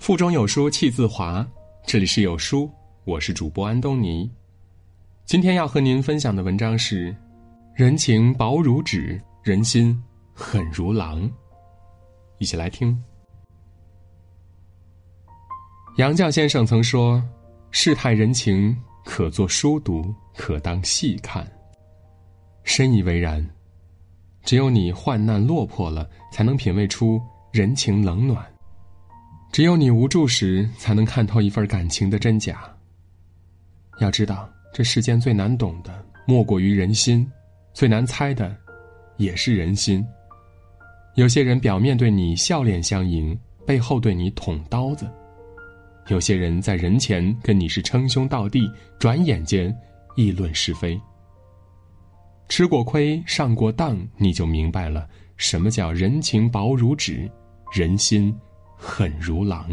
腹中有书气自华，这里是有书，我是主播安东尼。今天要和您分享的文章是人情薄如纸，人心狠如狼。一起来听。杨绛先生曾说，世态人情可作书读，可当细看。深以为然，只有你患难落魄了，才能品味出人情冷暖，只有你无助时，才能看透一份感情的真假。要知道，这世间最难懂的莫过于人心，最难猜的也是人心。有些人表面对你笑脸相迎，背后对你捅刀子；有些人在人前跟你是称兄道弟，转眼间议论是非。吃过亏上过当，你就明白了什么叫人情薄如纸，人心狠如狼。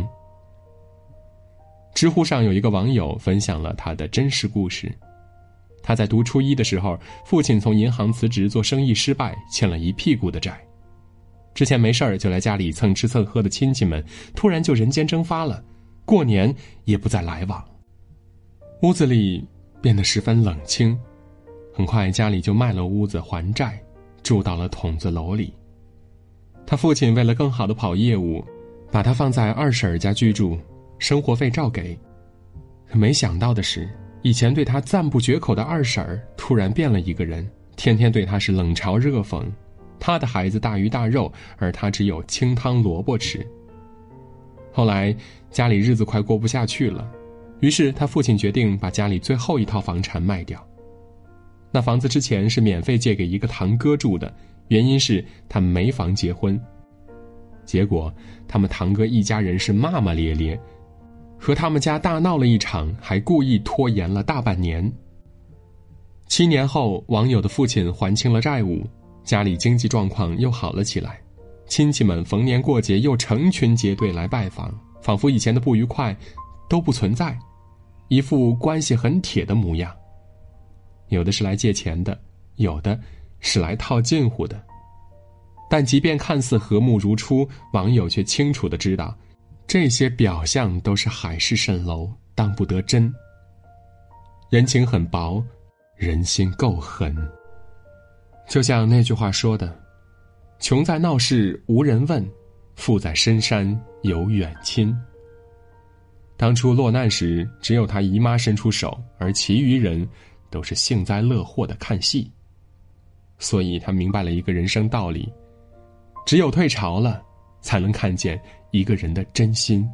知乎上有一个网友分享了他的真实故事。他在读初一的时候，父亲从银行辞职做生意失败，欠了一屁股的债。之前没事儿就来家里蹭吃蹭喝的亲戚们，突然就人间蒸发了，过年也不再来往。屋子里变得十分冷清，很快家里就卖了屋子还债，住到了筒子楼里。他父亲为了更好的跑业务，把他放在二婶家居住，生活费照给。可没想到的是，以前对他赞不绝口的二婶突然变了一个人，天天对他是冷嘲热讽。他的孩子大鱼大肉，而他只有清汤萝卜吃。后来家里日子快过不下去了，于是他父亲决定把家里最后一套房产卖掉。那房子之前是免费借给一个堂哥住的，原因是他没房结婚。结果他们堂哥一家人是骂骂咧咧，和他们家大闹了一场，还故意拖延了大半年。7年后，网友的父亲还清了债务，家里经济状况又好了起来，亲戚们逢年过节又成群结队来拜访，仿佛以前的不愉快都不存在，一副关系很铁的模样。有的是来借钱的，有的是来套近乎的。但即便看似和睦如初，网友却清楚地知道，这些表象都是海市蜃楼，当不得真。人情很薄，人心够狠。就像那句话说的，穷在闹市无人问，富在深山有远亲。当初落难时，只有他姨妈伸出手，而其余人都是幸灾乐祸的看戏。所以他明白了一个人生道理，只有退潮了，才能看见一个人的真心。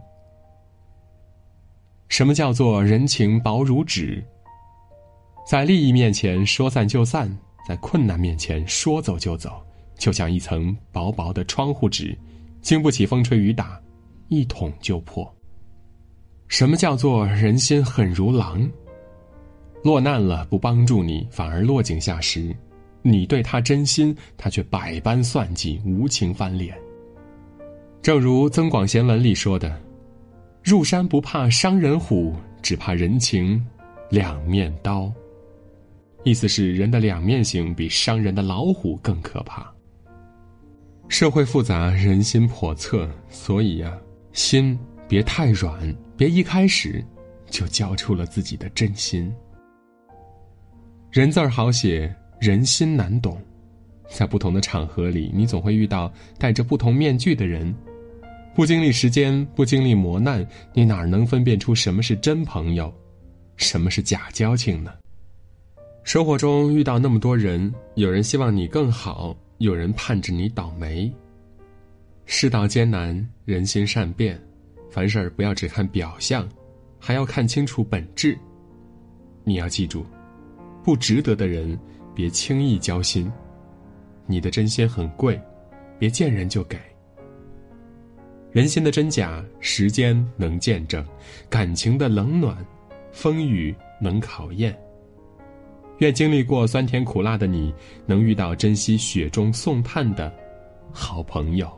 什么叫做人情薄如纸？在利益面前说散就散，在困难面前说走就走，就像一层薄薄的窗户纸，经不起风吹雨打，一捅就破。什么叫做人心狠如狼？落难了不帮助你，反而落井下石，你对他真心，他却百般算计，无情翻脸。正如《增广贤文》里说的，入山不怕伤人虎，只怕人情两面刀。意思是人的两面性比伤人的老虎更可怕。社会复杂，人心叵测，所以心别太软，别一开始就交出了自己的真心。人字儿好写，人心难懂。在不同的场合里，你总会遇到戴着不同面具的人。不经历时间，不经历磨难，你哪能分辨出什么是真朋友，什么是假交情呢？生活中遇到那么多人，有人希望你更好，有人盼着你倒霉。世道艰难，人心善变，凡事不要只看表象，还要看清楚本质。你要记住，不值得的人别轻易交心，你的真心很贵，别见人就给。人心的真假，时间能见证；感情的冷暖，风雨能考验。愿经历过酸甜苦辣的你，能遇到珍惜雪中送炭的好朋友。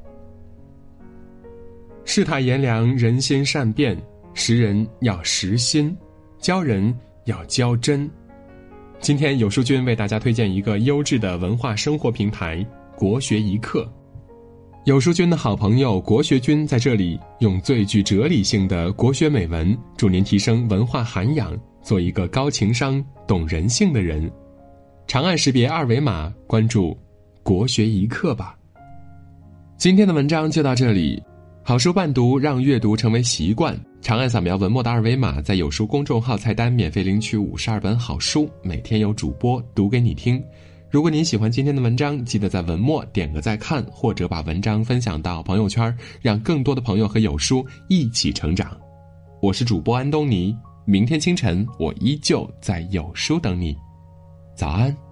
世态炎凉，人心善变，识人要识心，交人要交真。今天有书君为大家推荐一个优质的文化生活平台——国学一课。 有书君的好朋友国学君在这里用最具哲理性的国学美文，助您提升文化涵养，做一个高情商、懂人性的人。长按识别二维码，关注国学一课吧。今天的文章就到这里，好书伴读，让阅读成为习惯。长按扫描文末的二维码，在有书公众号菜单免费领取52本好书，每天有主播读给你听。如果您喜欢今天的文章，记得在文末点个再看，或者把文章分享到朋友圈，让更多的朋友和有书一起成长。我是主播安东尼，明天清晨我依旧在有书等你。早安。